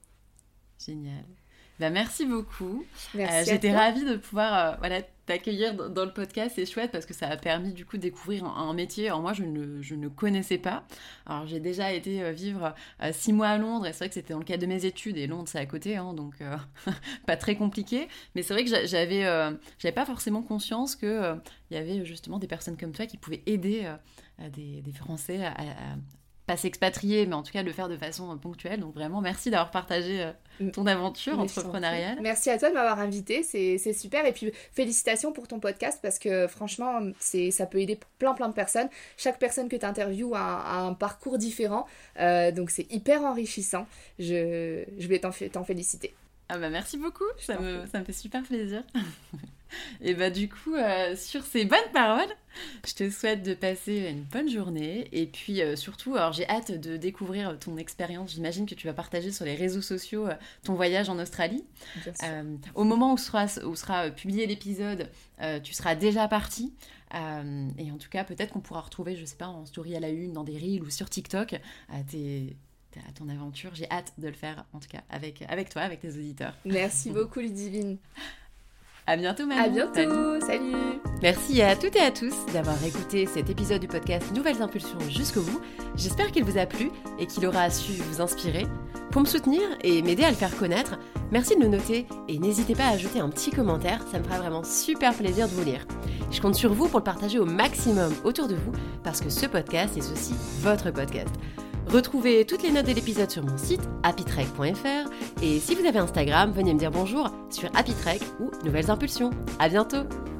[SPEAKER 3] Génial. Ben, merci beaucoup.
[SPEAKER 2] Merci
[SPEAKER 3] euh, j'étais ravie de pouvoir euh, voilà, t'accueillir dans, dans le podcast. C'est chouette parce que ça a permis du coup de découvrir un, un métier. Alors moi, je ne, je ne connaissais pas. Alors j'ai déjà été euh, vivre euh, six mois à Londres, et c'est vrai que c'était dans le cadre de mes études, et Londres c'est à côté, hein, donc euh, pas très compliqué. Mais c'est vrai que j'avais, euh, j'avais pas forcément conscience qu'il euh, y avait justement des personnes comme toi qui pouvaient aider euh, des, des Français à, à pas s'expatrier, mais en tout cas le faire de façon ponctuelle. Donc vraiment, merci d'avoir partagé euh, ton aventure entrepreneuriale.
[SPEAKER 2] Merci à toi de m'avoir invitée, c'est, c'est super. Et puis félicitations pour ton podcast, parce que franchement, c'est, ça peut aider plein plein de personnes. Chaque personne que tu interviews a, a un parcours différent, euh, donc c'est hyper enrichissant. Je, je vais t'en, t'en féliciter.
[SPEAKER 3] Ah bah merci beaucoup, ça me, ça me fait super plaisir. Et bah du coup, euh, sur ces bonnes paroles, je te souhaite de passer une bonne journée. Et puis euh, surtout, alors j'ai hâte de découvrir ton expérience. J'imagine que tu vas partager sur les réseaux sociaux euh, ton voyage en Australie.
[SPEAKER 2] Bien sûr.
[SPEAKER 3] Euh, au moment où sera, où sera publié l'épisode, euh, tu seras déjà parti. Euh, et en tout cas, peut-être qu'on pourra retrouver, je sais pas, en story à la une, dans des reels ou sur TikTok, euh, tes... à ton aventure. J'ai hâte de le faire, en tout cas, avec, avec toi, avec tes auditeurs.
[SPEAKER 2] Merci beaucoup, Ludivine.
[SPEAKER 3] À bientôt, Manon.
[SPEAKER 2] À bientôt. Salut. Salut.
[SPEAKER 1] Merci à toutes et à tous d'avoir écouté cet épisode du podcast Nouvelles Impulsions jusqu'au bout. J'espère qu'il vous a plu et qu'il aura su vous inspirer. Pour me soutenir et m'aider à le faire connaître, merci de le noter et n'hésitez pas à ajouter un petit commentaire, ça me fera vraiment super plaisir de vous lire. Je compte sur vous pour le partager au maximum autour de vous parce que ce podcast est aussi votre podcast. Retrouvez toutes les notes de l'épisode sur mon site happy trek point f r et si vous avez Instagram, venez me dire bonjour sur happy trek ou Nouvelles Impulsions. À bientôt.